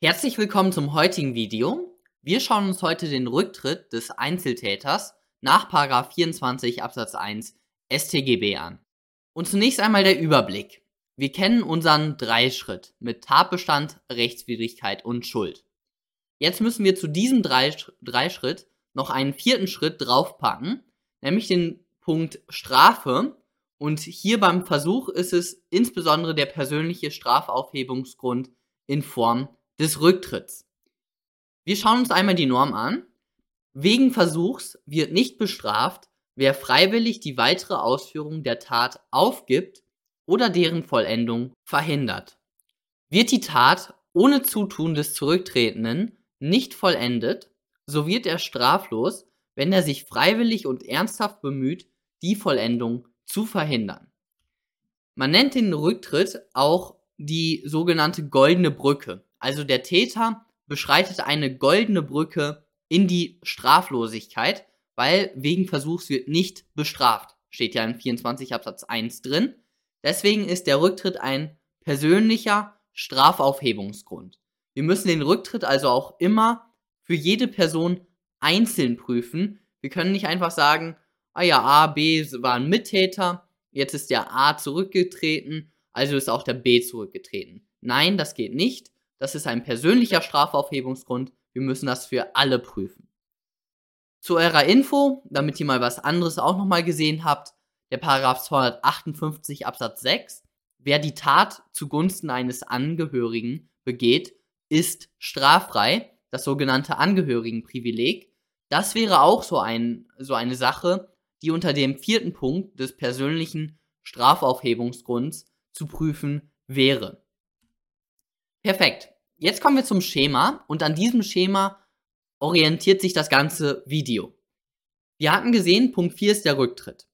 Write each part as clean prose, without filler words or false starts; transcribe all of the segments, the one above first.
Herzlich willkommen zum heutigen Video. Wir schauen uns heute den Rücktritt des Einzeltäters nach § 24 Absatz 1 StGB an. Und zunächst einmal der Überblick. Wir kennen unseren Dreischritt mit Tatbestand, Rechtswidrigkeit und Schuld. Jetzt müssen wir zu diesem Dreischritt noch einen vierten Schritt draufpacken, nämlich den Punkt Strafe. Und hier beim Versuch ist es insbesondere der persönliche Strafaufhebungsgrund in Form des Rücktritts. Wir schauen uns einmal die Norm an. Wegen Versuchs wird nicht bestraft, wer freiwillig die weitere Ausführung der Tat aufgibt oder deren Vollendung verhindert. Wird die Tat ohne Zutun des Zurücktretenden nicht vollendet, so wird er straflos, wenn er sich freiwillig und ernsthaft bemüht, die Vollendung zu verhindern. Man nennt den Rücktritt auch die sogenannte goldene Brücke. Also der Täter beschreitet eine goldene Brücke in die Straflosigkeit, weil wegen Versuchs wird nicht bestraft. Steht ja in 24 Absatz 1 drin. Deswegen ist der Rücktritt ein persönlicher Strafaufhebungsgrund. Wir müssen den Rücktritt also auch immer für jede Person einzeln prüfen. Wir können nicht einfach sagen, A, B waren Mittäter, jetzt ist der A zurückgetreten, also ist auch der B zurückgetreten. Nein, das geht nicht. Das ist ein persönlicher Strafaufhebungsgrund. Wir müssen das für alle prüfen. Zu eurer Info, damit ihr mal was anderes auch nochmal gesehen habt, der § 258 Absatz 6, wer die Tat zugunsten eines Angehörigen begeht, ist straffrei, das sogenannte Angehörigenprivileg. Das wäre auch so eine Sache, die unter dem vierten Punkt des persönlichen Strafaufhebungsgrunds zu prüfen wäre. Perfekt. Jetzt kommen wir zum Schema und an diesem Schema orientiert sich das ganze Video. Wir hatten gesehen, Punkt 4 ist der Rücktritt.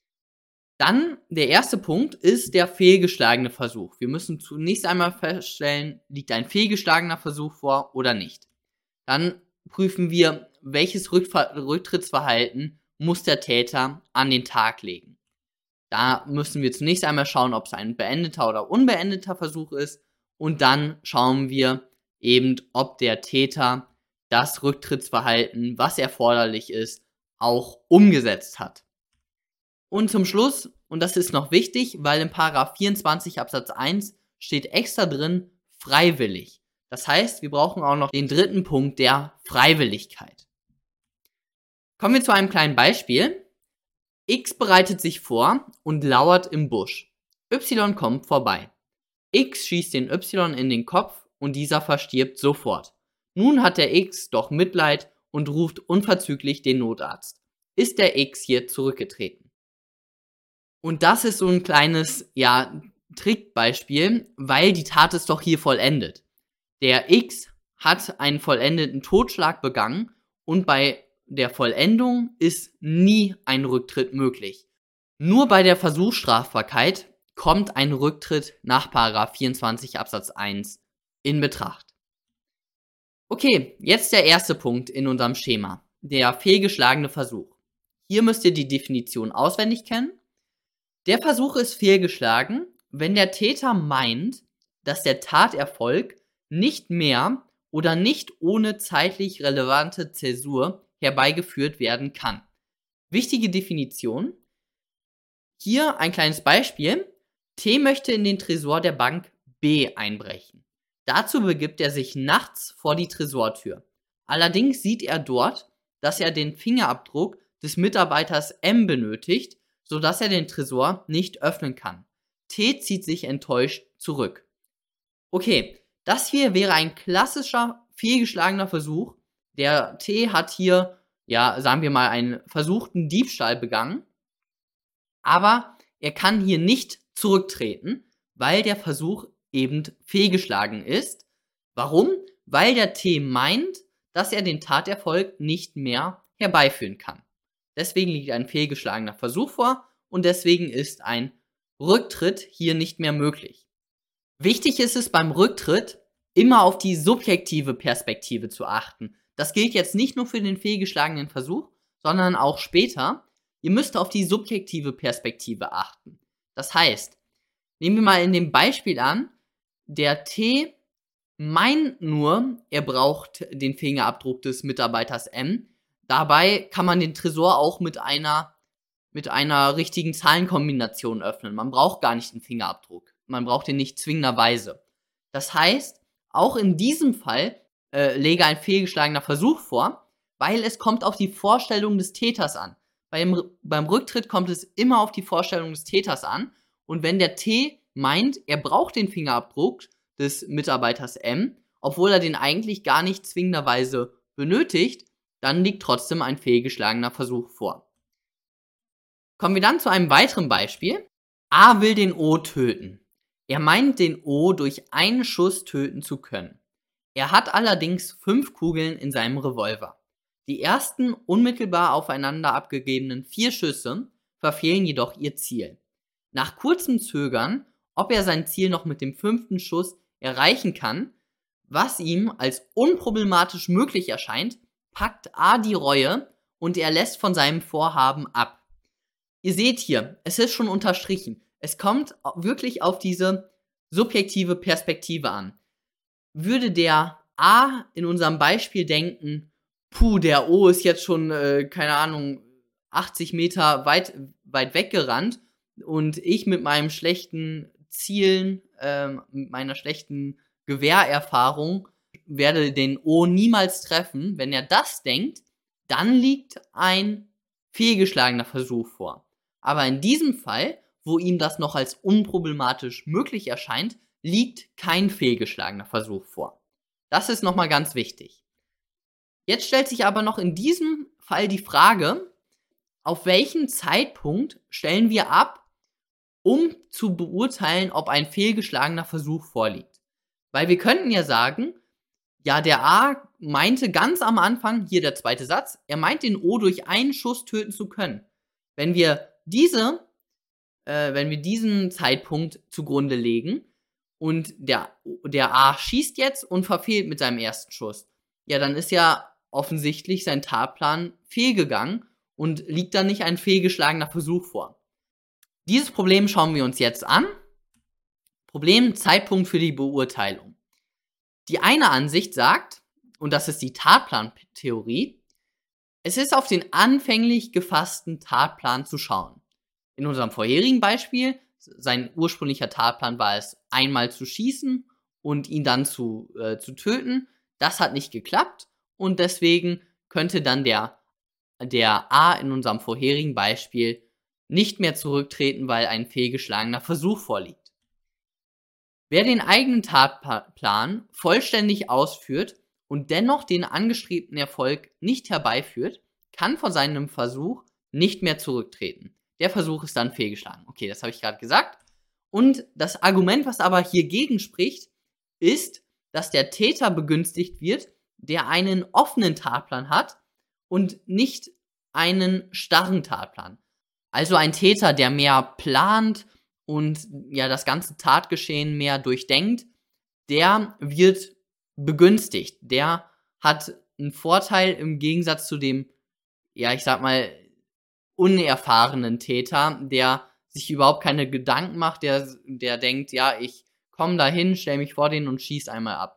Dann der erste Punkt ist der fehlgeschlagene Versuch. Wir müssen zunächst einmal feststellen, liegt ein fehlgeschlagener Versuch vor oder nicht. Dann prüfen wir, welches Rücktrittsverhalten muss der Täter an den Tag legen. Da müssen wir zunächst einmal schauen, ob es ein beendeter oder unbeendeter Versuch ist. Und dann schauen wir eben, ob der Täter das Rücktrittsverhalten, was erforderlich ist, auch umgesetzt hat. Und zum Schluss, und das ist noch wichtig, weil in § 24 Absatz 1 steht extra drin, freiwillig. Das heißt, wir brauchen auch noch den dritten Punkt der Freiwilligkeit. Kommen wir zu einem kleinen Beispiel. X bereitet sich vor und lauert im Busch. Y kommt vorbei. X schießt den Y in den Kopf und dieser verstirbt sofort. Nun hat der X doch Mitleid und ruft unverzüglich den Notarzt. Ist der X hier zurückgetreten? Und das ist so ein kleines, Trickbeispiel, weil die Tat ist doch hier vollendet. Der X hat einen vollendeten Totschlag begangen und bei der Vollendung ist nie ein Rücktritt möglich. Nur bei der Versuchsstrafbarkeit kommt ein Rücktritt nach § 24 Absatz 1 in Betracht. Okay, jetzt der erste Punkt in unserem Schema, der fehlgeschlagene Versuch. Hier müsst ihr die Definition auswendig kennen. Der Versuch ist fehlgeschlagen, wenn der Täter meint, dass der Taterfolg nicht mehr oder nicht ohne zeitlich relevante Zäsur herbeigeführt werden kann. Wichtige Definition. Hier ein kleines Beispiel. T möchte in den Tresor der Bank B einbrechen. Dazu begibt er sich nachts vor die Tresortür. Allerdings sieht er dort, dass er den Fingerabdruck des Mitarbeiters M benötigt, sodass er den Tresor nicht öffnen kann. T zieht sich enttäuscht zurück. Okay, das hier wäre ein klassischer fehlgeschlagener Versuch. Der T hat hier, sagen wir mal, einen versuchten Diebstahl begangen, aber er kann hier nicht zurücktreten, weil der Versuch eben fehlgeschlagen ist. Warum? Weil der T meint, dass er den Taterfolg nicht mehr herbeiführen kann. Deswegen liegt ein fehlgeschlagener Versuch vor und deswegen ist ein Rücktritt hier nicht mehr möglich. Wichtig ist es beim Rücktritt, immer auf die subjektive Perspektive zu achten. Das gilt jetzt nicht nur für den fehlgeschlagenen Versuch, sondern auch später. Ihr müsst auf die subjektive Perspektive achten. Das heißt, nehmen wir mal in dem Beispiel an, der T meint nur, er braucht den Fingerabdruck des Mitarbeiters M. Dabei kann man den Tresor auch mit einer richtigen Zahlenkombination öffnen. Man braucht gar nicht einen Fingerabdruck. Man braucht den nicht zwingenderweise. Das heißt, auch in diesem Fall läge ein fehlgeschlagener Versuch vor, weil es kommt auf die Vorstellung des Täters an. Beim Rücktritt kommt es immer auf die Vorstellung des Täters an. Und wenn der T meint, er braucht den Fingerabdruck des Mitarbeiters M, obwohl er den eigentlich gar nicht zwingenderweise benötigt, dann liegt trotzdem ein fehlgeschlagener Versuch vor. Kommen wir dann zu einem weiteren Beispiel. A will den O töten. Er meint, den O durch einen Schuss töten zu können. Er hat allerdings 5 Kugeln in seinem Revolver. Die ersten unmittelbar aufeinander abgegebenen 4 Schüsse verfehlen jedoch ihr Ziel. Nach kurzem Zögern, ob er sein Ziel noch mit dem 5. Schuss erreichen kann, was ihm als unproblematisch möglich erscheint, packt A die Reue und er lässt von seinem Vorhaben ab. Ihr seht hier, es ist schon unterstrichen. Es kommt wirklich auf diese subjektive Perspektive an. Würde der A in unserem Beispiel denken, der O ist jetzt schon, 80 Meter weit weggerannt und ich mit meinem schlechten Zielen, mit meiner schlechten Gewehrerfahrung werde den O niemals treffen. Wenn er das denkt, dann liegt ein fehlgeschlagener Versuch vor. Aber in diesem Fall, wo ihm das noch als unproblematisch möglich erscheint, liegt kein fehlgeschlagener Versuch vor. Das ist nochmal ganz wichtig. Jetzt stellt sich aber noch in diesem Fall die Frage, auf welchen Zeitpunkt stellen wir ab, um zu beurteilen, ob ein fehlgeschlagener Versuch vorliegt. Weil wir könnten ja sagen, ja, der A meinte ganz am Anfang, hier der zweite Satz, er meint den O durch einen Schuss töten zu können. Wenn wir diesen Zeitpunkt zugrunde legen und der A schießt jetzt und verfehlt mit seinem ersten Schuss, ja, dann ist ja offensichtlich sein Tatplan fehlgegangen und liegt dann nicht ein fehlgeschlagener Versuch vor. Dieses Problem schauen wir uns jetzt an. Problem, Zeitpunkt für die Beurteilung. Die eine Ansicht sagt, und das ist die Tatplantheorie, es ist auf den anfänglich gefassten Tatplan zu schauen. In unserem vorherigen Beispiel, sein ursprünglicher Tatplan war es, einmal zu schießen und ihn dann zu töten. Das hat nicht geklappt und deswegen könnte dann der A in unserem vorherigen Beispiel nicht mehr zurücktreten, weil ein fehlgeschlagener Versuch vorliegt. Wer den eigenen Tatplan vollständig ausführt und dennoch den angestrebten Erfolg nicht herbeiführt, kann von seinem Versuch nicht mehr zurücktreten. Der Versuch ist dann fehlgeschlagen. Okay, das habe ich gerade gesagt. Und das Argument, was aber hier gegen spricht, ist, dass der Täter begünstigt wird, der einen offenen Tatplan hat und nicht einen starren Tatplan. Also ein Täter, der mehr plant und ja das ganze Tatgeschehen mehr durchdenkt, der wird begünstigt. Der hat einen Vorteil im Gegensatz zu dem, ja, ich sag mal, unerfahrenen Täter, der sich überhaupt keine Gedanken macht, der denkt, ja, ich komme da hin, stell mich vor den und schieß einmal ab.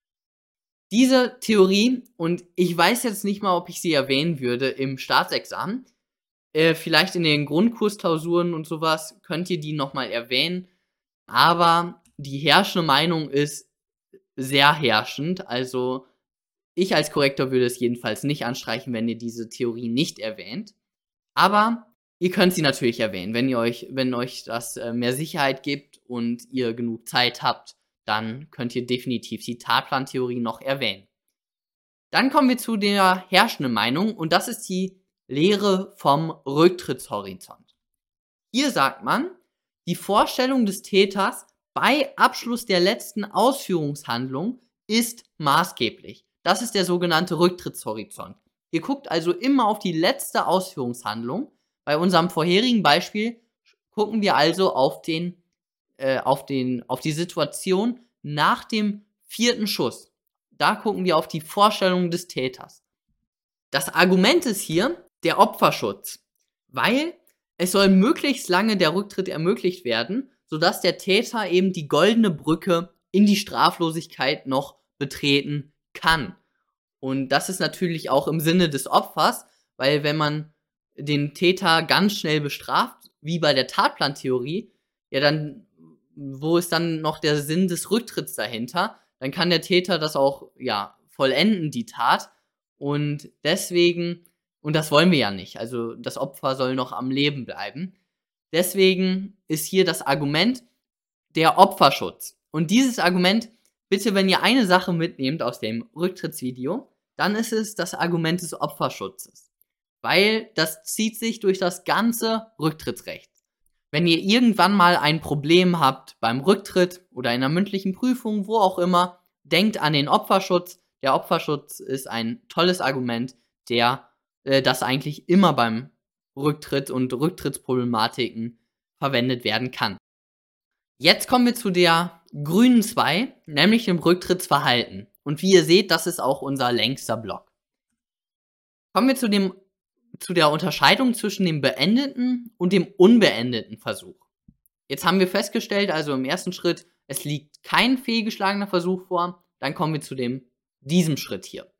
Diese Theorie, und ich weiß jetzt nicht mal, ob ich sie erwähnen würde im Staatsexamen, vielleicht in den Grundkursklausuren und sowas könnt ihr die nochmal erwähnen, aber die herrschende Meinung ist sehr herrschend, also ich als Korrektor würde es jedenfalls nicht anstreichen, wenn ihr diese Theorie nicht erwähnt, aber ihr könnt sie natürlich erwähnen, wenn euch das mehr Sicherheit gibt und ihr genug Zeit habt, dann könnt ihr definitiv die Tatplantheorie noch erwähnen. Dann kommen wir zu der herrschenden Meinung und das ist die Lehre vom Rücktrittshorizont. Hier sagt man, die Vorstellung des Täters bei Abschluss der letzten Ausführungshandlung ist maßgeblich. Das ist der sogenannte Rücktrittshorizont. Ihr guckt also immer auf die letzte Ausführungshandlung. Bei unserem vorherigen Beispiel gucken wir also auf die Situation nach dem 4. Schuss. Da gucken wir auf die Vorstellung des Täters. Das Argument ist hier der Opferschutz, weil es soll möglichst lange der Rücktritt ermöglicht werden, sodass der Täter eben die goldene Brücke in die Straflosigkeit noch betreten kann. Und das ist natürlich auch im Sinne des Opfers, weil wenn man den Täter ganz schnell bestraft, wie bei der Tatplantheorie, ja dann, wo ist dann noch der Sinn des Rücktritts dahinter? Dann kann der Täter das auch, vollenden, die Tat. Und deswegen, und das wollen wir ja nicht, also das Opfer soll noch am Leben bleiben. Deswegen ist hier das Argument der Opferschutz. Und dieses Argument, bitte, wenn ihr eine Sache mitnehmt aus dem Rücktrittsvideo, dann ist es das Argument des Opferschutzes. Weil das zieht sich durch das ganze Rücktrittsrecht. Wenn ihr irgendwann mal ein Problem habt beim Rücktritt oder in einer mündlichen Prüfung, wo auch immer, denkt an den Opferschutz. Der Opferschutz ist ein tolles Argument, das eigentlich immer beim Rücktritt und Rücktrittsproblematiken verwendet werden kann. Jetzt kommen wir zu der grünen 2, nämlich dem Rücktrittsverhalten. Und wie ihr seht, das ist auch unser längster Block. Kommen wir zu der Unterscheidung zwischen dem beendeten und dem unbeendeten Versuch. Jetzt haben wir festgestellt, also im ersten Schritt, es liegt kein fehlgeschlagener Versuch vor. Dann kommen wir zu diesem Schritt hier.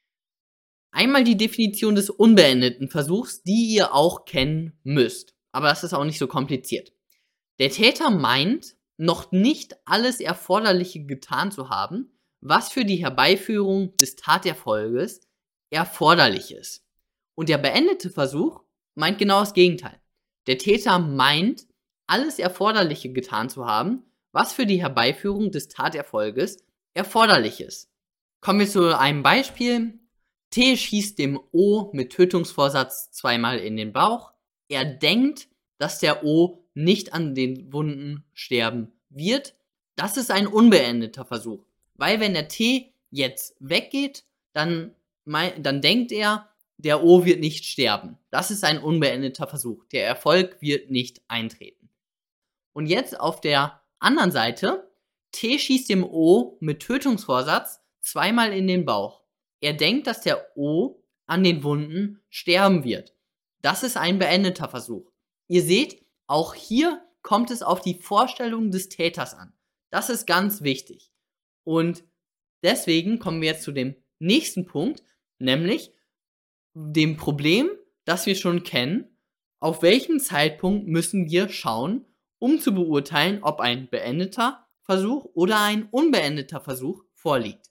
Einmal die Definition des unbeendeten Versuchs, die ihr auch kennen müsst. Aber das ist auch nicht so kompliziert. Der Täter meint, noch nicht alles Erforderliche getan zu haben, was für die Herbeiführung des Taterfolges erforderlich ist. Und der beendete Versuch meint genau das Gegenteil. Der Täter meint, alles Erforderliche getan zu haben, was für die Herbeiführung des Taterfolges erforderlich ist. Kommen wir zu einem Beispiel. T schießt dem O mit Tötungsvorsatz zweimal in den Bauch. Er denkt, dass der O nicht an den Wunden sterben wird. Das ist ein unbeendeter Versuch. Weil wenn der T jetzt weggeht, dann denkt er, der O wird nicht sterben. Das ist ein unbeendeter Versuch. Der Erfolg wird nicht eintreten. Und jetzt auf der anderen Seite, T schießt dem O mit Tötungsvorsatz zweimal in den Bauch. Er denkt, dass der O an den Wunden sterben wird. Das ist ein beendeter Versuch. Ihr seht, auch hier kommt es auf die Vorstellung des Täters an. Das ist ganz wichtig. Und deswegen kommen wir jetzt zu dem nächsten Punkt, nämlich dem Problem, das wir schon kennen. Auf welchen Zeitpunkt müssen wir schauen, um zu beurteilen, ob ein beendeter Versuch oder ein unbeendeter Versuch vorliegt.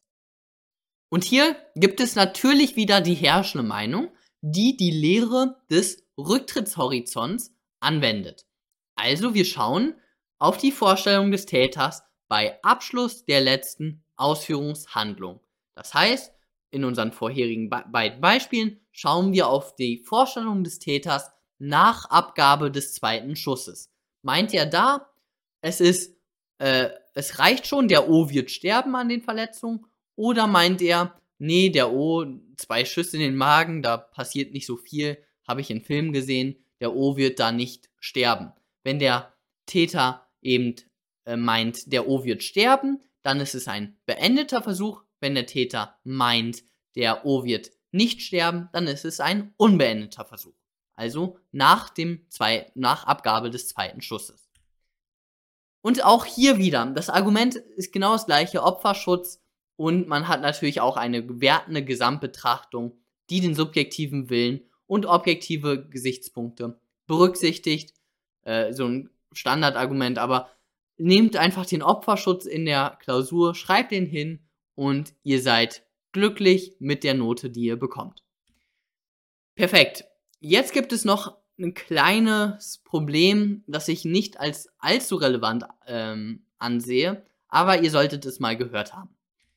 Und hier gibt es natürlich wieder die herrschende Meinung, die die Lehre des Rücktrittshorizonts anwendet. Also wir schauen auf die Vorstellung des Täters bei Abschluss der letzten Ausführungshandlung. Das heißt, in unseren vorherigen beiden Beispielen schauen wir auf die Vorstellung des Täters nach Abgabe des zweiten Schusses. Meint er da, es reicht schon, der O wird sterben an den Verletzungen? Oder meint er, nee, der O, 2 Schüsse in den Magen, da passiert nicht so viel, habe ich in Filmen gesehen, der O wird da nicht sterben. Wenn der Täter eben meint, der O wird sterben, dann ist es ein beendeter Versuch. Wenn der Täter meint, der O wird nicht sterben, dann ist es ein unbeendeter Versuch. Also nach Abgabe des zweiten Schusses. Und auch hier wieder, das Argument ist genau das gleiche, Opferschutz, und man hat natürlich auch eine gewertende Gesamtbetrachtung, die den subjektiven Willen und objektive Gesichtspunkte berücksichtigt. So ein Standardargument, aber nehmt einfach den Opferschutz in der Klausur, schreibt den hin und ihr seid glücklich mit der Note, die ihr bekommt. Perfekt. Jetzt gibt es noch ein kleines Problem, das ich nicht als allzu relevant ansehe, aber ihr solltet es mal gehört haben.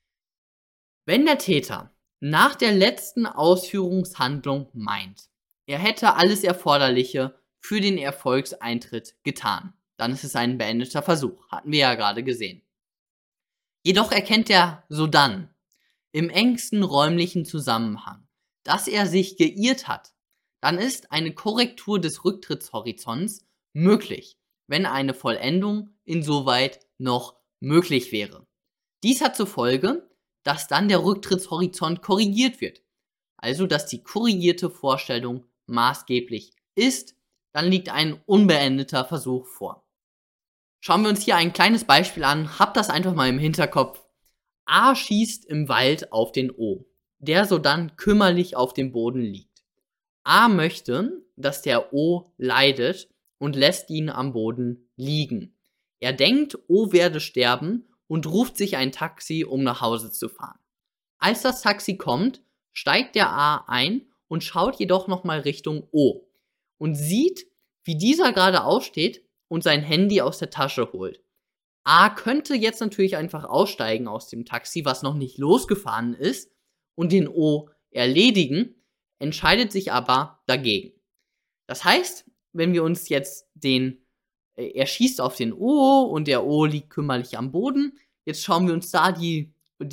Wenn der Täter nach der letzten Ausführungshandlung meint, er hätte alles Erforderliche für den Erfolgseintritt getan, dann ist es ein beendeter Versuch, hatten wir ja gerade gesehen. Jedoch erkennt er sodann im engsten räumlichen Zusammenhang, dass er sich geirrt hat, dann ist eine Korrektur des Rücktrittshorizonts möglich, wenn eine Vollendung insoweit noch möglich wäre. Dies hat zur Folge, dass dann der Rücktrittshorizont korrigiert wird, also dass die korrigierte Vorstellung maßgeblich ist, dann liegt ein unbeendeter Versuch vor. Schauen wir uns hier ein kleines Beispiel an. Habt das einfach mal im Hinterkopf. A schießt im Wald auf den O, der so dann kümmerlich auf dem Boden liegt. A möchte, dass der O leidet und lässt ihn am Boden liegen. Er denkt, O werde sterben und ruft sich ein Taxi, um nach Hause zu fahren. Als das Taxi kommt, steigt der A ein und schaut jedoch nochmal Richtung O und sieht, wie dieser gerade aufsteht und sein Handy aus der Tasche holt. A könnte jetzt natürlich einfach aussteigen aus dem Taxi, was noch nicht losgefahren ist, und den O erledigen, entscheidet sich aber dagegen. Das heißt, wenn wir uns jetzt er schießt auf den O und der O liegt kümmerlich am Boden. Jetzt schauen wir uns da die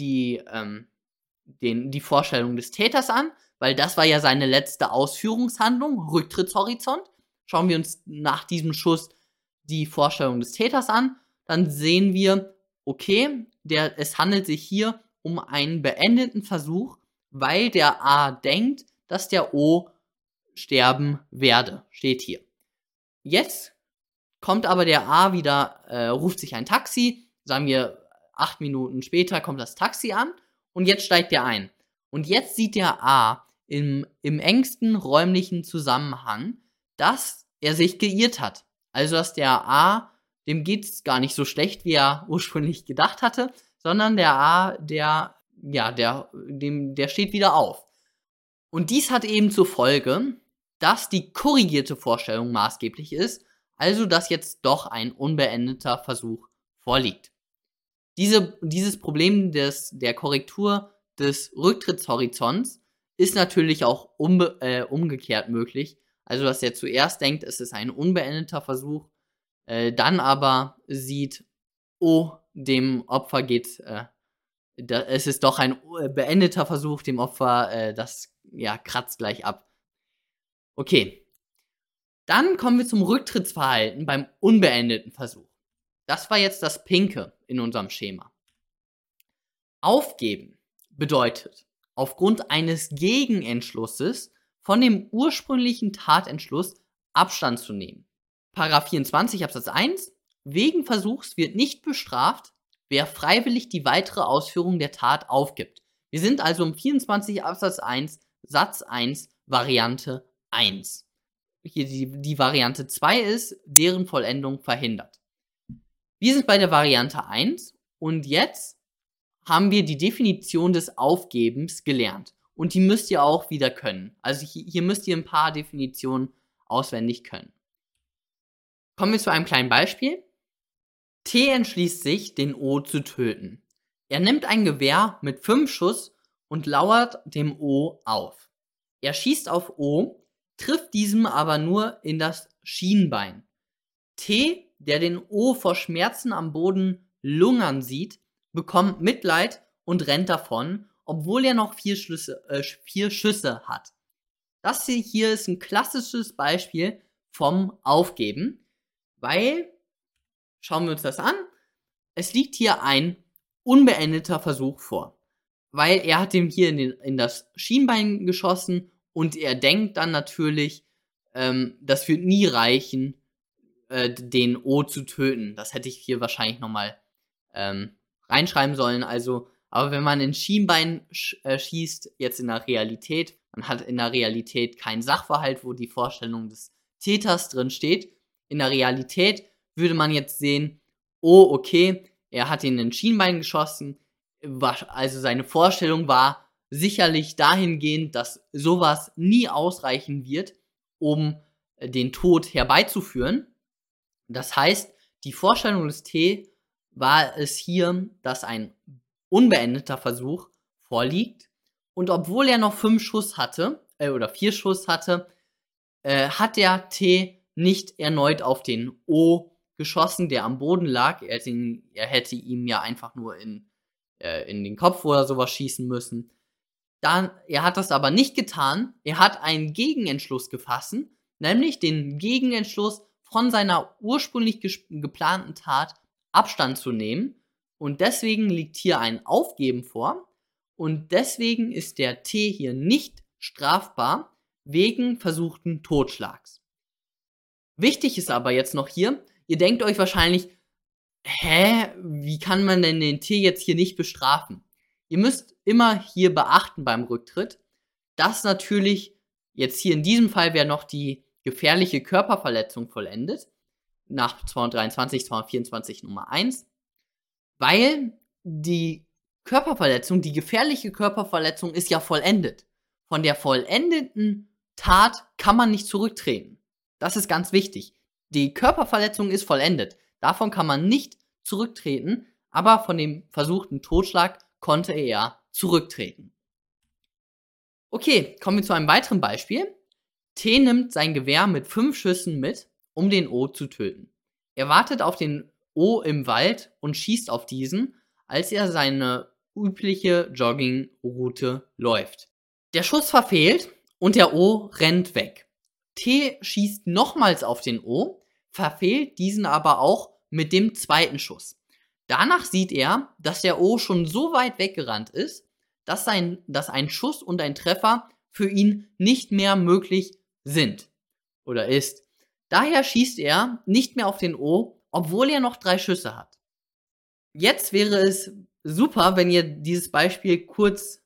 Vorstellung des Täters an, weil das war ja seine letzte Ausführungshandlung, Rücktrittshorizont. Schauen wir uns nach diesem Schuss die Vorstellung des Täters an, dann sehen wir, okay, es handelt sich hier um einen beendeten Versuch, weil der A denkt, dass der O sterben werde, steht hier. Jetzt kommt aber der A wieder, ruft sich ein Taxi, sagen wir 8 Minuten später kommt das Taxi an und jetzt steigt er ein. Und jetzt sieht der A im engsten räumlichen Zusammenhang, dass er sich geirrt hat. Also, dass der A, dem geht's gar nicht so schlecht, wie er ursprünglich gedacht hatte, sondern der A, der steht wieder auf. Und dies hat eben zur Folge, dass die korrigierte Vorstellung maßgeblich ist, also dass jetzt doch ein unbeendeter Versuch vorliegt. Dieses Problem der Korrektur des Rücktrittshorizonts ist natürlich auch umgekehrt möglich. Also, dass er zuerst denkt, es ist ein unbeendeter Versuch, dann aber sieht, oh, dem Opfer es ist doch ein beendeter Versuch, dem Opfer, das kratzt gleich ab. Okay, dann kommen wir zum Rücktrittsverhalten beim unbeendeten Versuch. Das war jetzt das Pinke in unserem Schema. Aufgeben bedeutet, aufgrund eines Gegenentschlusses von dem ursprünglichen Tatentschluss Abstand zu nehmen. § 24 Absatz 1: Wegen Versuchs wird nicht bestraft, wer freiwillig die weitere Ausführung der Tat aufgibt. Wir sind also im 24 Absatz 1 Satz 1 Variante 1. Hier die Variante 2 ist, deren Vollendung verhindert. Wir sind bei der Variante 1 und jetzt haben wir die Definition des Aufgebens gelernt. Und die müsst ihr auch wieder können. Also hier müsst ihr ein paar Definitionen auswendig können. Kommen wir zu einem kleinen Beispiel. T entschließt sich, den O zu töten. Er nimmt ein Gewehr mit 5 Schuss und lauert dem O auf. Er schießt auf O, trifft diesem aber nur in das Schienbein. T, der den O vor Schmerzen am Boden lungern sieht, bekommt Mitleid und rennt davon, obwohl er noch 4 Schüsse hat. Das hier ist ein klassisches Beispiel vom Aufgeben, weil, schauen wir uns das an, es liegt hier ein unbeendeter Versuch vor. Weil er hat ihm hier in das Schienbein geschossen und er denkt dann natürlich, das wird nie reichen, den O zu töten. Das hätte ich hier wahrscheinlich nochmal reinschreiben sollen. Also, aber wenn man ins Schienbein schießt, jetzt in der Realität, man hat in der Realität keinen Sachverhalt, wo die Vorstellung des Täters drin steht. In der Realität würde man jetzt sehen, oh, okay, er hat ihn ins Schienbein geschossen. Also seine Vorstellung war sicherlich dahingehend, dass sowas nie ausreichen wird, um den Tod herbeizuführen. Das heißt, die Vorstellung des T war es hier, dass ein unbeendeter Versuch vorliegt. Und obwohl er noch 5 Schuss hatte, oder 4 Schuss hatte, hat der T nicht erneut auf den O geschossen, der am Boden lag. Er hätte ihm ja einfach nur in den Kopf oder sowas schießen müssen. Er hat das aber nicht getan. Er hat einen Gegenentschluss gefasst, nämlich den Gegenentschluss von seiner ursprünglich geplanten Tat Abstand zu nehmen. Und deswegen liegt hier ein Aufgeben vor. Und deswegen ist der T hier nicht strafbar wegen versuchten Totschlags. Wichtig ist aber jetzt noch hier, ihr denkt euch wahrscheinlich, Wie kann man denn den T jetzt hier nicht bestrafen? Ihr müsst immer hier beachten beim Rücktritt, dass natürlich jetzt hier in diesem Fall wäre noch die gefährliche Körperverletzung vollendet, nach 223, 224 Nummer 1, weil die Körperverletzung, die gefährliche Körperverletzung ist ja vollendet. Von der vollendeten Tat kann man nicht zurücktreten. Das ist ganz wichtig. Die Körperverletzung ist vollendet. Davon kann man nicht zurücktreten, aber von dem versuchten Totschlag konnte er zurücktreten. Okay, kommen wir zu einem weiteren Beispiel. T nimmt sein Gewehr mit 5 Schüssen mit, um den O zu töten. Er wartet auf den O im Wald und schießt auf diesen, als er seine übliche Joggingroute läuft. Der Schuss verfehlt und der O rennt weg. T schießt nochmals auf den O, verfehlt diesen aber auch mit dem zweiten Schuss. Danach sieht er, dass der O schon so weit weggerannt ist, dass ein Schuss und ein Treffer für ihn nicht mehr möglich sind oder ist. Daher schießt er nicht mehr auf den O, obwohl er noch 3 Schüsse hat. Jetzt wäre es super, wenn ihr dieses Beispiel kurz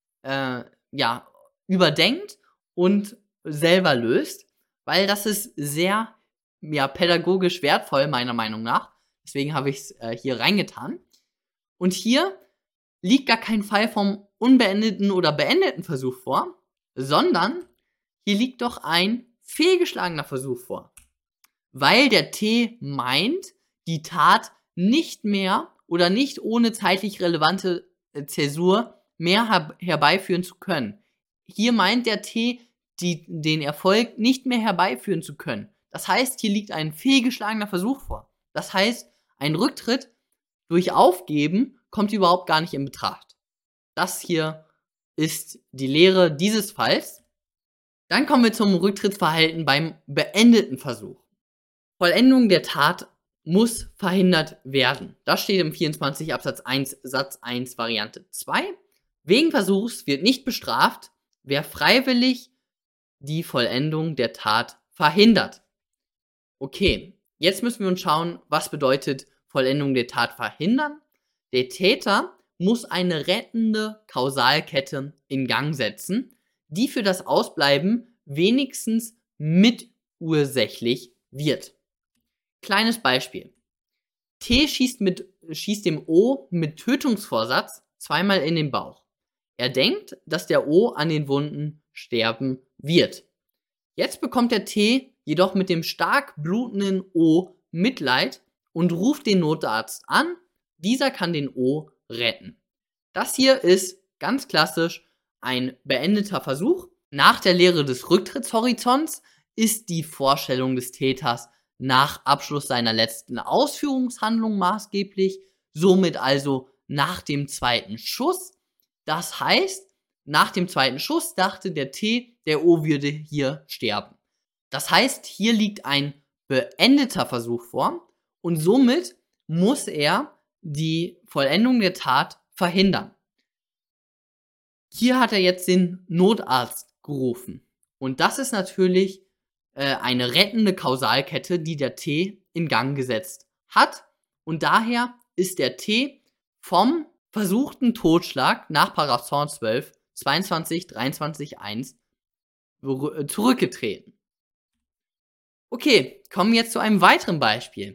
überdenkt und selber löst, weil das ist sehr pädagogisch wertvoll, meiner Meinung nach. Deswegen habe ich es hier reingetan. Und hier liegt gar kein Fall vom unbeendeten oder beendeten Versuch vor, sondern hier liegt doch ein fehlgeschlagener Versuch vor. Weil der T meint, die Tat nicht mehr oder nicht ohne zeitlich relevante Zäsur mehr herbeiführen zu können. Hier meint der T, den Erfolg nicht mehr herbeiführen zu können. Das heißt, hier liegt ein fehlgeschlagener Versuch vor. Das heißt, ein Rücktritt durch Aufgeben kommt überhaupt gar nicht in Betracht. Das hier ist die Lehre dieses Falls. Dann kommen wir zum Rücktrittsverhalten beim beendeten Versuch. Vollendung der Tat muss verhindert werden. Das steht im 24 Absatz 1 Satz 1 Variante 2. Wegen Versuchs wird nicht bestraft, wer freiwillig die Vollendung der Tat verhindert. Okay, jetzt müssen wir uns schauen, was bedeutet Vollendung der Tat verhindern. Der Täter muss eine rettende Kausalkette in Gang setzen, die für das Ausbleiben wenigstens mitursächlich wird. Kleines Beispiel. T schießt dem O mit Tötungsvorsatz zweimal in den Bauch. Er denkt, dass der O an den Wunden sterben wird. Jetzt bekommt der T jedoch mit dem stark blutenden O Mitleid und ruft den Notarzt an. Dieser kann den O retten. Das hier ist ganz klassisch ein beendeter Versuch. Nach der Lehre des Rücktrittshorizonts ist die Vorstellung des Täters nach Abschluss seiner letzten Ausführungshandlung maßgeblich, somit also nach dem zweiten Schuss. Das heißt, nach dem zweiten Schuss dachte der T, der O würde hier sterben. Das heißt, hier liegt ein beendeter Versuch vor und somit muss er die Vollendung der Tat verhindern. Hier hat er jetzt den Notarzt gerufen. Und das ist natürlich eine rettende Kausalkette, die der T in Gang gesetzt hat. Und daher ist der T vom versuchten Totschlag nach § 212, 22, 23, 1 zurückgetreten. Okay, kommen wir jetzt zu einem weiteren Beispiel.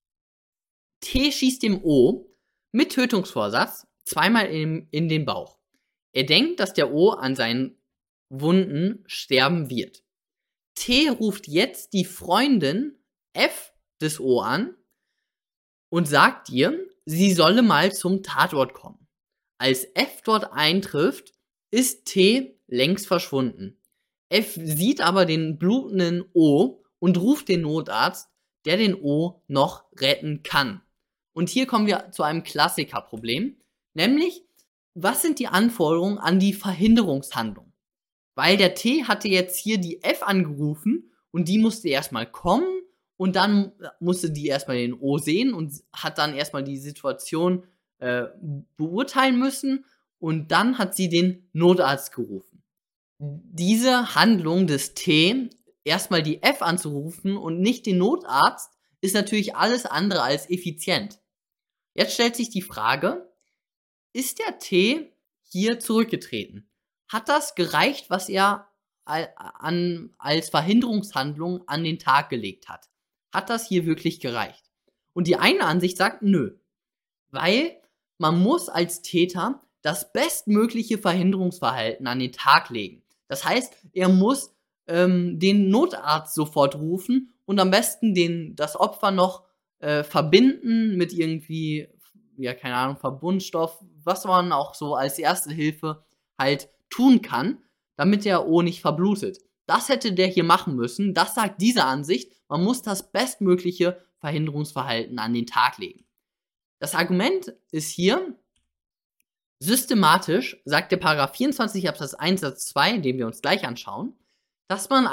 T schießt dem O mit Tötungsvorsatz zweimal in den Bauch. Er denkt, dass der O an seinen Wunden sterben wird. T ruft jetzt die Freundin F des O an und sagt ihr, sie solle mal zum Tatort kommen. Als F dort eintrifft, ist T längst verschwunden. F sieht aber den blutenden O und ruft den Notarzt, der den O noch retten kann. Und hier kommen wir zu einem Klassikerproblem, nämlich, was sind die Anforderungen an die Verhinderungshandlung? Weil der T hatte jetzt hier die F angerufen und die musste erstmal kommen und dann musste die erstmal den O sehen und hat dann erstmal die Situation beurteilen müssen und dann hat sie den Notarzt gerufen. Diese Handlung des T, erstmal die F anzurufen und nicht den Notarzt, ist natürlich alles andere als effizient. Jetzt stellt sich die Frage, ist der T hier zurückgetreten? Hat das gereicht, was er als Verhinderungshandlung an den Tag gelegt hat? Hat das hier wirklich gereicht? Und die eine Ansicht sagt, nö. Weil man muss als Täter das bestmögliche Verhinderungsverhalten an den Tag legen. Das heißt, er muss den Notarzt sofort rufen und am besten das Opfer noch verbinden mit irgendwie, ja, keine Ahnung, Verbundstoff, was man auch so als Erste Hilfe halt tun kann, damit der O nicht verblutet. Das hätte der hier machen müssen. Das sagt diese Ansicht. Man muss das bestmögliche Verhinderungsverhalten an den Tag legen. Das Argument ist hier, systematisch sagt der Paragraph 24 Absatz 1 Satz 2, den wir uns gleich anschauen, dass man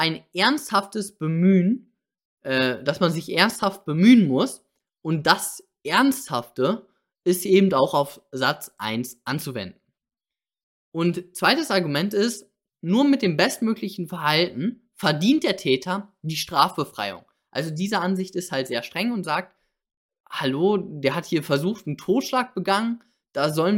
dass man sich ernsthaft bemühen muss und das Ernsthafte ist eben auch auf Satz 1 anzuwenden. Und zweites Argument ist, nur mit dem bestmöglichen Verhalten verdient der Täter die Strafbefreiung. Also diese Ansicht ist halt sehr streng und sagt, hallo, der hat hier versucht, einen Totschlag begangen, der soll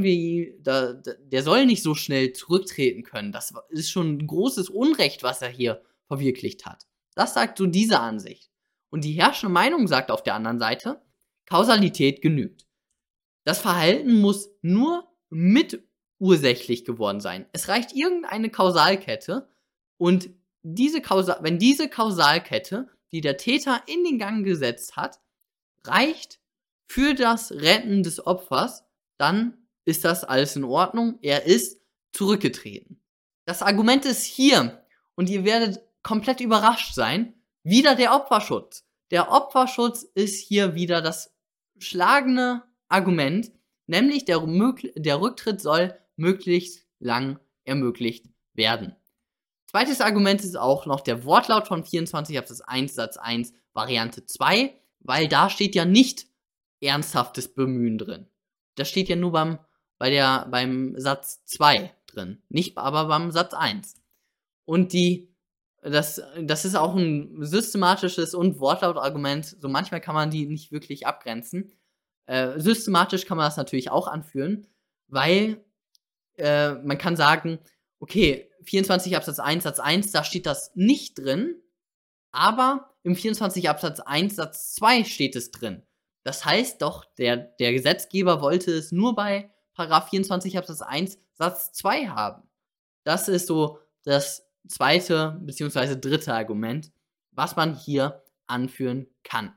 nicht so schnell zurücktreten können. Das ist schon ein großes Unrecht, was er hier verwirklicht hat. Das sagt so diese Ansicht. Und die herrschende Meinung sagt auf der anderen Seite, Kausalität genügt. Das Verhalten muss nur mitursächlich geworden sein. Es reicht irgendeine Kausalkette und wenn diese Kausalkette, die der Täter in den Gang gesetzt hat, reicht für das Retten des Opfers, dann ist das alles in Ordnung. Er ist zurückgetreten. Das Argument ist hier, und ihr werdet komplett überrascht sein, wieder der Opferschutz. Der Opferschutz ist hier wieder das schlagende Argument, nämlich der Rücktritt soll möglichst lang ermöglicht werden. Zweites Argument ist auch noch der Wortlaut von 24 Absatz 1 Satz 1 Variante 2, weil da steht ja nicht ernsthaftes Bemühen drin. Das steht ja nur beim Satz 2 drin, nicht aber beim Satz 1. Und das ist auch ein systematisches und Wortlautargument. So manchmal kann man die nicht wirklich abgrenzen. Systematisch kann man das natürlich auch anführen, weil man kann sagen, okay, 24 Absatz 1 Satz 1, da steht das nicht drin, aber im 24 Absatz 1 Satz 2 steht es drin. Das heißt doch, der Gesetzgeber wollte es nur bei Paragraph 24 Absatz 1 Satz 2 haben. Das ist so das zweite bzw. dritte Argument, was man hier anführen kann.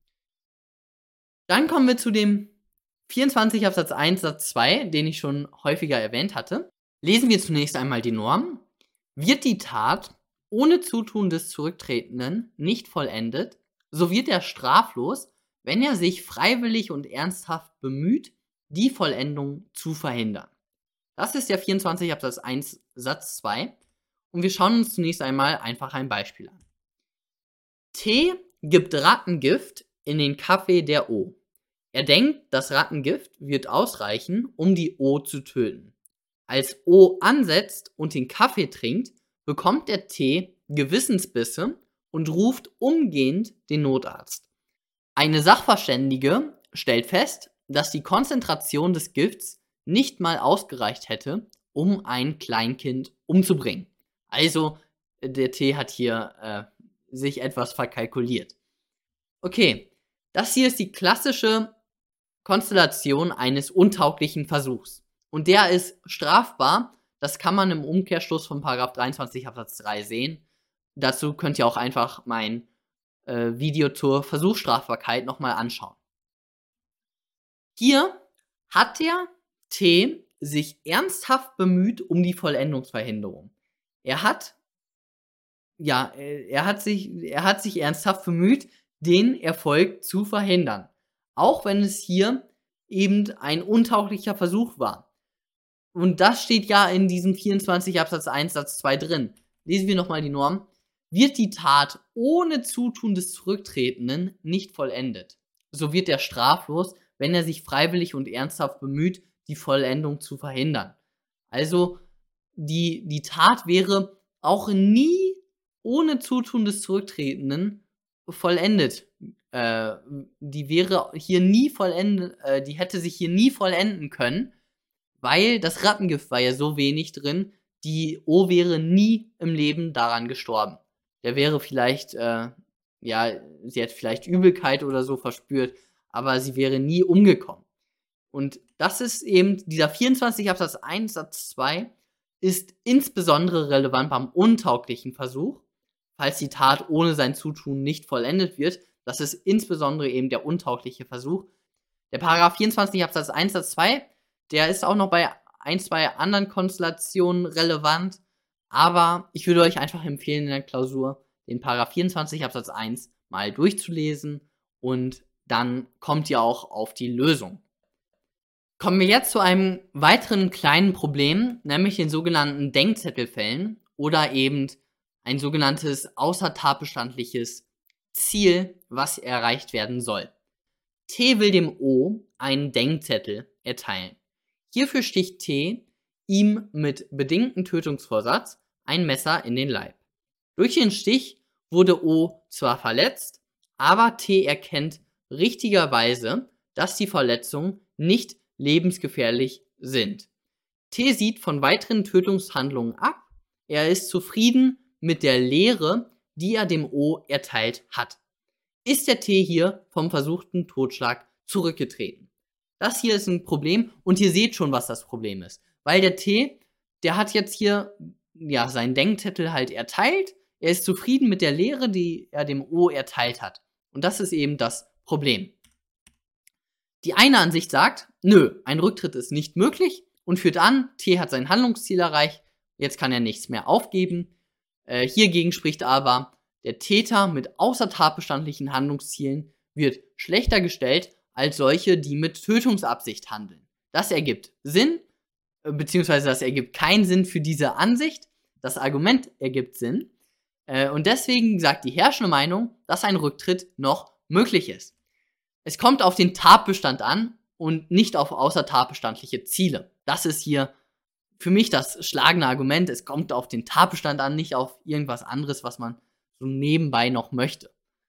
Dann kommen wir zu dem 24 Absatz 1 Satz 2, den ich schon häufiger erwähnt hatte. Lesen wir zunächst einmal die Norm. Wird die Tat ohne Zutun des Zurücktretenden nicht vollendet, so wird er straflos, wenn er sich freiwillig und ernsthaft bemüht, die Vollendung zu verhindern. Das ist der 24 Absatz 1 Satz 2 und wir schauen uns zunächst einmal einfach ein Beispiel an. T gibt Rattengift in den Kaffee der O. Er denkt, das Rattengift wird ausreichen, um die O zu töten. Als O ansetzt und den Kaffee trinkt, bekommt der T Gewissensbisse und ruft umgehend den Notarzt. Eine Sachverständige stellt fest, dass die Konzentration des Gifts nicht mal ausgereicht hätte, um ein Kleinkind umzubringen. Also, der T hat hier sich etwas verkalkuliert. Okay, das hier ist die klassische Konstellation eines untauglichen Versuchs. Und der ist strafbar. Das kann man im Umkehrschluss von § 23 Absatz 3 sehen. Dazu könnt ihr auch einfach mein Video zur Versuchsstrafbarkeit nochmal anschauen. Hier hat der T sich ernsthaft bemüht um die Vollendungsverhinderung. Er hat sich ernsthaft bemüht, den Erfolg zu verhindern. Auch wenn es hier eben ein untauglicher Versuch war. Und das steht ja in diesem 24 Absatz 1 Satz 2 drin. Lesen wir nochmal die Norm. Wird die Tat ohne Zutun des Zurücktretenden nicht vollendet, so wird er straflos, wenn er sich freiwillig und ernsthaft bemüht, die Vollendung zu verhindern. Also die Tat wäre auch nie ohne Zutun des Zurücktretenden vollendet die wäre hier nie vollendet, die hätte sich hier nie vollenden können, weil das Rattengift war ja so wenig drin, die O wäre nie im Leben daran gestorben. Der wäre vielleicht, sie hätte vielleicht Übelkeit oder so verspürt, aber sie wäre nie umgekommen. Und das ist eben, dieser 24 Absatz 1 Satz 2 ist insbesondere relevant beim untauglichen Versuch, falls die Tat ohne sein Zutun nicht vollendet wird. Das ist insbesondere eben der untaugliche Versuch. Der Paragraph 24 Absatz 1 Satz 2, der ist auch noch bei ein, zwei anderen Konstellationen relevant, aber ich würde euch einfach empfehlen, in der Klausur den Paragraph 24 Absatz 1 mal durchzulesen und dann kommt ihr auch auf die Lösung. Kommen wir jetzt zu einem weiteren kleinen Problem, nämlich den sogenannten Denkzettelfällen oder eben ein sogenanntes außertatbestandliches Ziel, was erreicht werden soll. T will dem O einen Denkzettel erteilen. Hierfür sticht T ihm mit bedingtem Tötungsvorsatz ein Messer in den Leib. Durch den Stich wurde O zwar verletzt, aber T erkennt richtigerweise, dass die Verletzungen nicht lebensgefährlich sind. T sieht von weiteren Tötungshandlungen ab. Er ist zufrieden mit der Lehre, die er dem O erteilt hat. Ist der T hier vom versuchten Totschlag zurückgetreten? Das hier ist ein Problem und ihr seht schon, was das Problem ist. Weil der T, der hat jetzt hier seinen Denkzettel halt erteilt. Er ist zufrieden mit der Lehre, die er dem O erteilt hat. Und das ist eben das Problem. Die eine Ansicht sagt, nö, ein Rücktritt ist nicht möglich und führt an, T hat sein Handlungsziel erreicht, jetzt kann er nichts mehr aufgeben. Hiergegen spricht aber, der Täter mit außertatbestandlichen Handlungszielen wird schlechter gestellt als solche, die mit Tötungsabsicht handeln. Das ergibt Sinn, beziehungsweise das ergibt keinen Sinn für diese Ansicht. Das Argument ergibt Sinn. Und deswegen sagt die herrschende Meinung, dass ein Rücktritt noch möglich ist. Es kommt auf den Tatbestand an und nicht auf außertatbestandliche Ziele. Das ist hier für mich das schlagende Argument. Es kommt auf den Tatbestand an, nicht auf irgendwas anderes, was man so nebenbei noch möchte.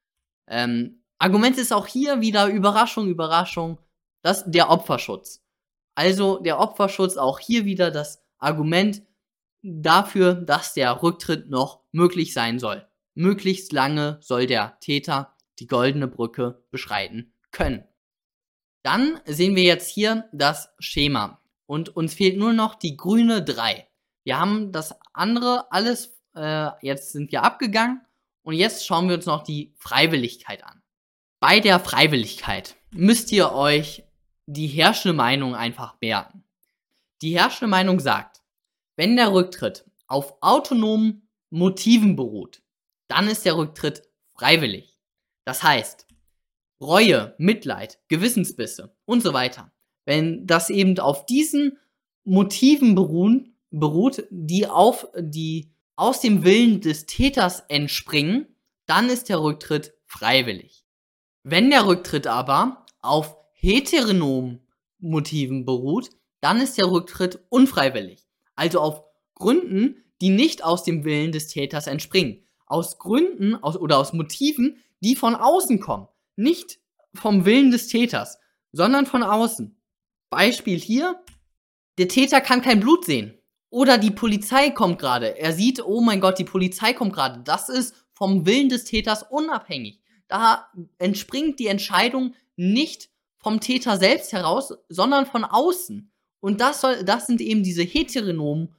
Argument ist auch hier wieder Überraschung, Überraschung, der Opferschutz. Also der Opferschutz, auch hier wieder das Argument dafür, dass der Rücktritt noch möglich sein soll. Möglichst lange soll der Täter die goldene Brücke beschreiten können. Dann sehen wir jetzt hier das Schema und uns fehlt nur noch die grüne 3. Wir haben das andere alles, jetzt sind wir abgegangen und jetzt schauen wir uns noch die Freiwilligkeit an. Bei der Freiwilligkeit müsst ihr euch die herrschende Meinung einfach merken. Die herrschende Meinung sagt, wenn der Rücktritt auf autonomen Motiven beruht, dann ist der Rücktritt freiwillig. Das heißt, Reue, Mitleid, Gewissensbisse und so weiter. Wenn das eben auf diesen Motiven beruht, die aus dem Willen des Täters entspringen, dann ist der Rücktritt freiwillig. Wenn der Rücktritt aber auf heteronomen Motiven beruht, dann ist der Rücktritt unfreiwillig. Also auf Gründen, die nicht aus dem Willen des Täters entspringen. Aus Gründen oder aus Motiven, die von außen kommen. Nicht vom Willen des Täters, sondern von außen. Beispiel hier, der Täter kann kein Blut sehen. Oder die Polizei kommt gerade. Er sieht, oh mein Gott, die Polizei kommt gerade. Das ist vom Willen des Täters unabhängig. Da entspringt die Entscheidung nicht vom Täter selbst heraus, sondern von außen. Und das sind eben diese heteronomen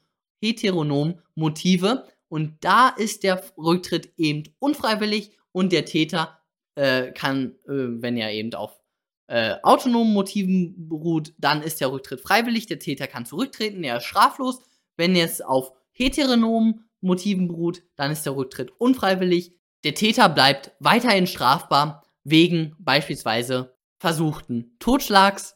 Motive. Und da ist der Rücktritt eben unfreiwillig und der Täter kann, wenn er eben auf autonomen Motiven beruht, dann ist der Rücktritt freiwillig. Der Täter kann zurücktreten, er ist straflos. Wenn es auf heteronomen Motiven beruht, dann ist der Rücktritt unfreiwillig. Der Täter bleibt weiterhin strafbar wegen beispielsweise versuchten Totschlags.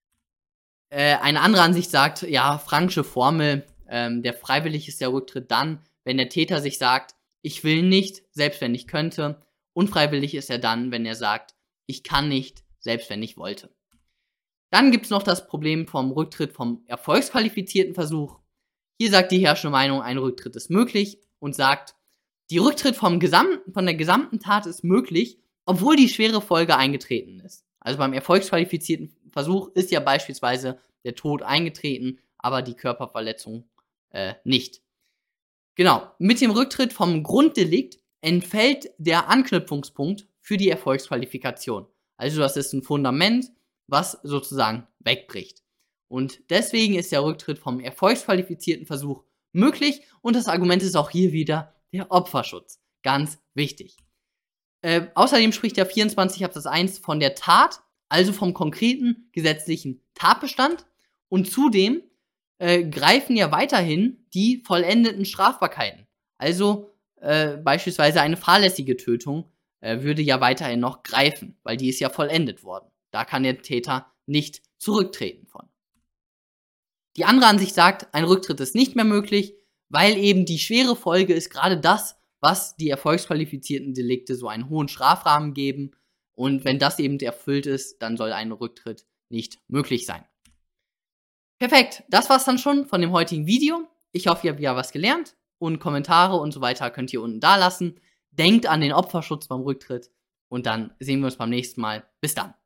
Eine andere Ansicht sagt, ja, Franksche Formel, der freiwillig ist der Rücktritt dann, wenn der Täter sich sagt, ich will nicht, selbst wenn ich könnte. Unfreiwillig ist er dann, wenn er sagt, ich kann nicht, selbst wenn ich wollte. Dann gibt es noch das Problem vom Rücktritt vom erfolgsqualifizierten Versuch. Hier sagt die herrschende Meinung, ein Rücktritt ist möglich und sagt, die Rücktritt von der gesamten Tat ist möglich, obwohl die schwere Folge eingetreten ist. Also beim erfolgsqualifizierten Versuch ist ja beispielsweise der Tod eingetreten, aber die Körperverletzung nicht. Genau, mit dem Rücktritt vom Grunddelikt entfällt der Anknüpfungspunkt für die Erfolgsqualifikation. Also das ist ein Fundament, was sozusagen wegbricht. Und deswegen ist der Rücktritt vom erfolgsqualifizierten Versuch möglich und das Argument ist auch hier wieder der Opferschutz. Ganz wichtig. Außerdem spricht der 24 Absatz 1 von der Tat, also vom konkreten gesetzlichen Tatbestand und zudem greifen ja weiterhin die vollendeten Strafbarkeiten. Also beispielsweise eine fahrlässige Tötung würde ja weiterhin noch greifen, weil die ist ja vollendet worden. Da kann der Täter nicht zurücktreten von. Die andere Ansicht sagt, ein Rücktritt ist nicht mehr möglich, weil eben die schwere Folge ist gerade das, was die erfolgsqualifizierten Delikte so einen hohen Strafrahmen geben. Und wenn das eben erfüllt ist, dann soll ein Rücktritt nicht möglich sein. Perfekt, das war's dann schon von dem heutigen Video. Ich hoffe, ihr habt ja was gelernt und Kommentare und so weiter könnt ihr unten da lassen. Denkt an den Opferschutz beim Rücktritt und dann sehen wir uns beim nächsten Mal. Bis dann.